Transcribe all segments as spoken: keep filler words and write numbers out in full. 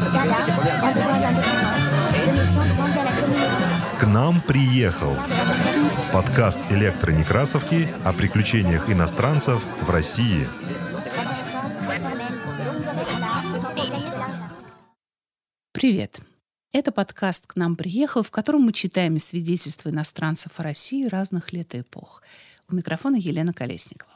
К нам приехал подкаст электронекрасовки о приключениях иностранцев в России. Привет! Это подкаст «К нам приехал», в котором мы читаем свидетельства иностранцев о России разных лет и эпох. У микрофона Елена Колесникова.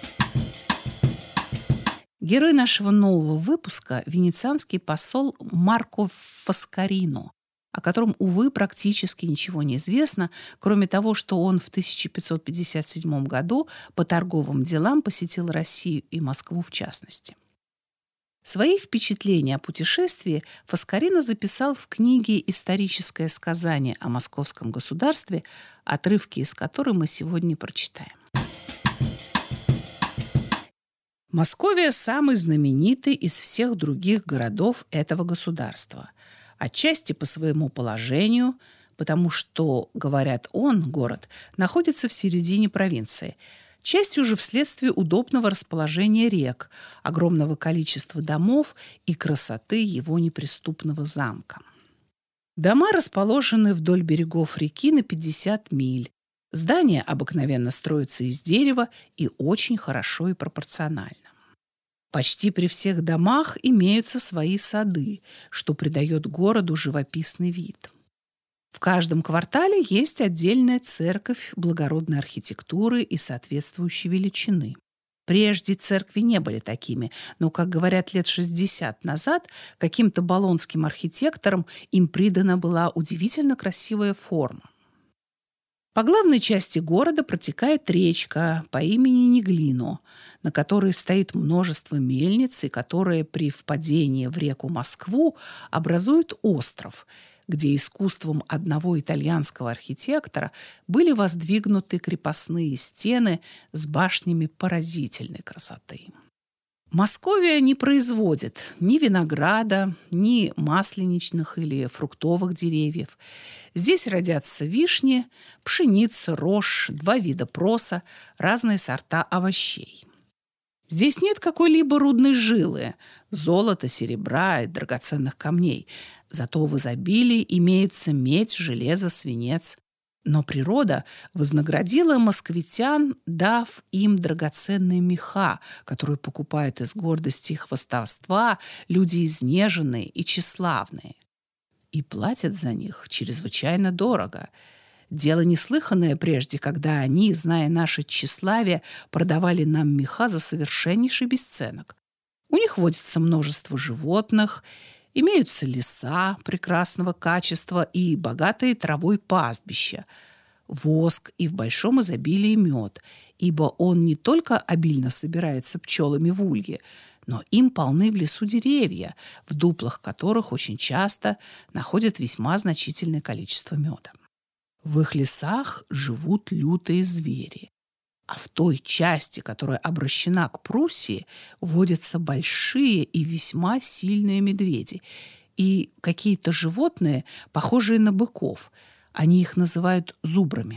Герой нашего нового выпуска – венецианский посол Марко Фоскарино, о котором, увы, практически ничего не известно, кроме того, что он в тысяча пятьсот пятьдесят седьмом году по торговым делам посетил Россию и Москву в частности. Свои впечатления о путешествии Фоскарино записал в книге «Историческое сказание о московском государстве», отрывки из которой мы сегодня прочитаем. Московия – самый знаменитый из всех других городов этого государства. Отчасти по своему положению, потому что, говорят, он, город, находится в середине провинции, частью же вследствие удобного расположения рек, огромного количества домов и красоты его неприступного замка. Дома расположены вдоль берегов реки на пятьдесят миль. Здания обыкновенно строятся из дерева и очень хорошо и пропорционально. Почти при всех домах имеются свои сады, что придает городу живописный вид. В каждом квартале есть отдельная церковь благородной архитектуры и соответствующей величины. Прежде церкви не были такими, но, как говорят, лет шестьдесят назад каким-то болонским архитекторам им придана была удивительно красивая форма. По главной части города протекает речка по имени Неглино, на которой стоит множество мельниц и которая при впадении в реку Москву образует остров, где искусством одного итальянского архитектора были воздвигнуты крепостные стены с башнями поразительной красоты. Московия не производит ни винограда, ни масленичных или фруктовых деревьев. Здесь родятся вишни, пшеница, рожь, два вида проса, разные сорта овощей. Здесь нет какой-либо рудной жилы, золота, серебра и драгоценных камней. Зато в изобилии имеются медь, железо, свинец. Но природа вознаградила москвитян, дав им драгоценные меха, которые покупают из гордости и хвастовства люди изнеженные и тщеславные. И платят за них чрезвычайно дорого. Дело неслыханное прежде, когда они, зная наше тщеславие, продавали нам меха за совершеннейший бесценок. У них водится множество животных, имеются леса прекрасного качества и богатые травой пастбища, воск и в большом изобилии мед, ибо он не только обильно собирается пчелами в улье, но им полны в лесу деревья, в дуплах которых очень часто находят весьма значительное количество меда. В их лесах живут лютые звери. А в той части, которая обращена к Пруссии, водятся большие и весьма сильные медведи и какие-то животные, похожие на быков. Они их называют зубрами.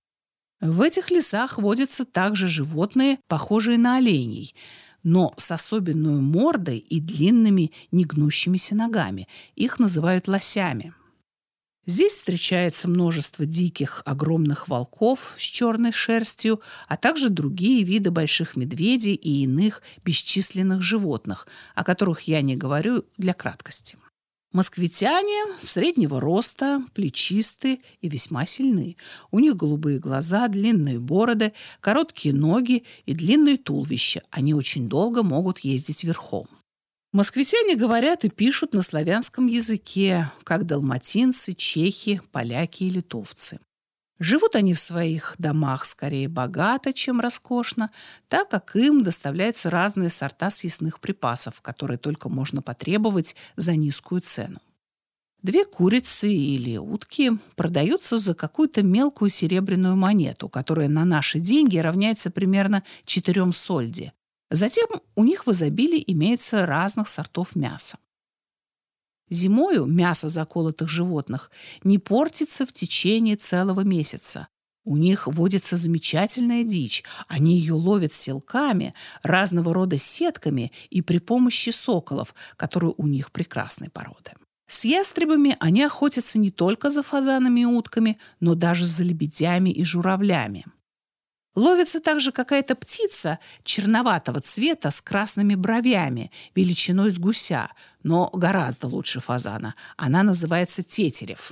В этих лесах водятся также животные, похожие на оленей, но с особенной мордой и длинными негнущимися ногами. Их называют лосями. Здесь встречается множество диких огромных волков с черной шерстью, а также другие виды больших медведей и иных бесчисленных животных, о которых я не говорю для краткости. Москвитяне среднего роста, плечисты и весьма сильны. У них голубые глаза, длинные бороды, короткие ноги и длинные туловища. Они очень долго могут ездить верхом. Москвитяне говорят и пишут на славянском языке, как далматинцы, чехи, поляки и литовцы. Живут они в своих домах скорее богато, чем роскошно, так как им доставляются разные сорта съестных припасов, которые только можно потребовать за низкую цену. Две курицы или утки продаются за какую-то мелкую серебряную монету, которая на наши деньги равняется примерно четырем сольди. Затем у них в изобилии имеется разных сортов мяса. Зимою мясо заколотых животных не портится в течение целого месяца, У них водится замечательная дичь. Они ее ловят селками, разного рода сетками и при помощи соколов, которые у них прекрасной породы. С ястребами они охотятся не только за фазанами и утками, но даже за лебедями и журавлями. Ловится также какая-то птица черноватого цвета с красными бровями, величиной с гуся, но гораздо лучше фазана. Она называется тетерев.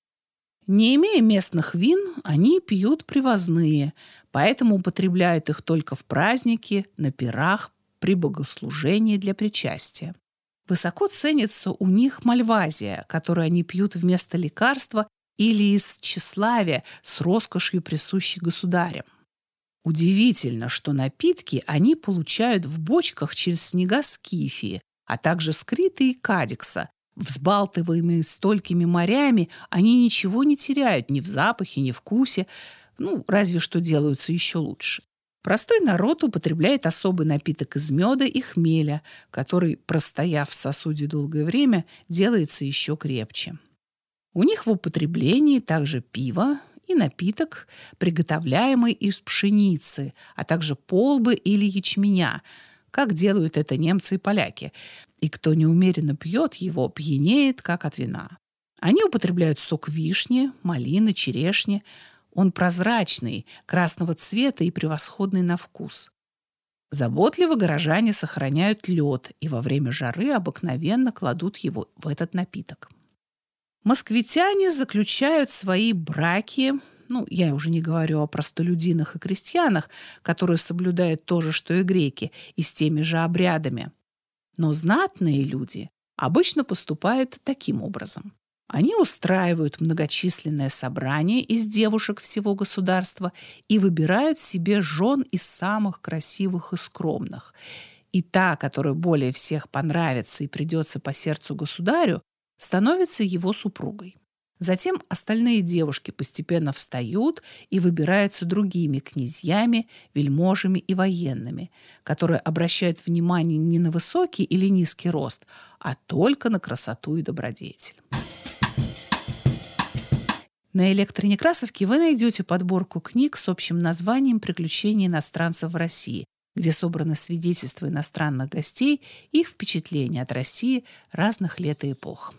Не имея местных вин, они пьют привозные, поэтому употребляют их только в праздники, на пирах, при богослужении для причастия. Высоко ценится у них мальвазия, которую они пьют вместо лекарства или из тщеславия с роскошью, присущей государям. Удивительно, что напитки они получают в бочках через снега Скифии, а также с Криты и Кадикса. Взбалтываемые столькими морями, они ничего не теряют ни в запахе, ни в вкусе, ну, разве что делаются еще лучше. Простой народ употребляет особый напиток из меда и хмеля, который, простояв в сосуде долгое время, делается еще крепче. У них в употреблении также пиво и напиток, приготовляемый из пшеницы, а также полбы или ячменя, как делают это немцы и поляки. И кто неумеренно пьет его, пьянеет, как от вина. Они употребляют сок вишни, малины, черешни. Он прозрачный, красного цвета и превосходный на вкус. Заботливо горожане сохраняют лед и во время жары обыкновенно кладут его в этот напиток. Москвитяне заключают свои браки, ну, я уже не говорю о простолюдинах и крестьянах, которые соблюдают то же, что и греки, и с теми же обрядами. Но знатные люди обычно поступают таким образом. Они устраивают многочисленное собрание из девушек всего государства и выбирают себе жен из самых красивых и скромных. И та, которая более всех понравится и придется по сердцу государю, становится его супругой. Затем остальные девушки постепенно встают и выбираются другими князьями, вельможами и военными, которые обращают внимание не на высокий или низкий рост, а только на красоту и добродетель. На электронекрасовке вы найдете подборку книг с общим названием «Приключения иностранцев в России», где собраны свидетельства иностранных гостей и их впечатления от России разных лет и эпох.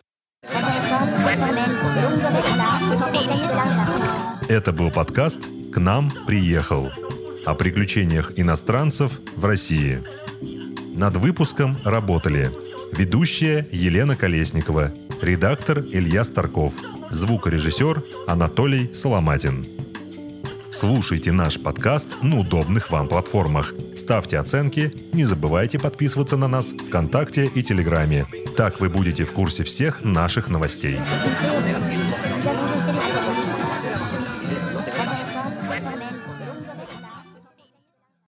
Это был подкаст «К нам приехал» о приключениях иностранцев в России. Над выпуском работали ведущая Елена Колесникова, редактор Илья Старков, звукорежиссер Анатолий Соломатин. Слушайте наш подкаст на удобных вам платформах. Ставьте оценки, не забывайте подписываться на нас ВКонтакте и Телеграме. Так вы будете в курсе всех наших новостей.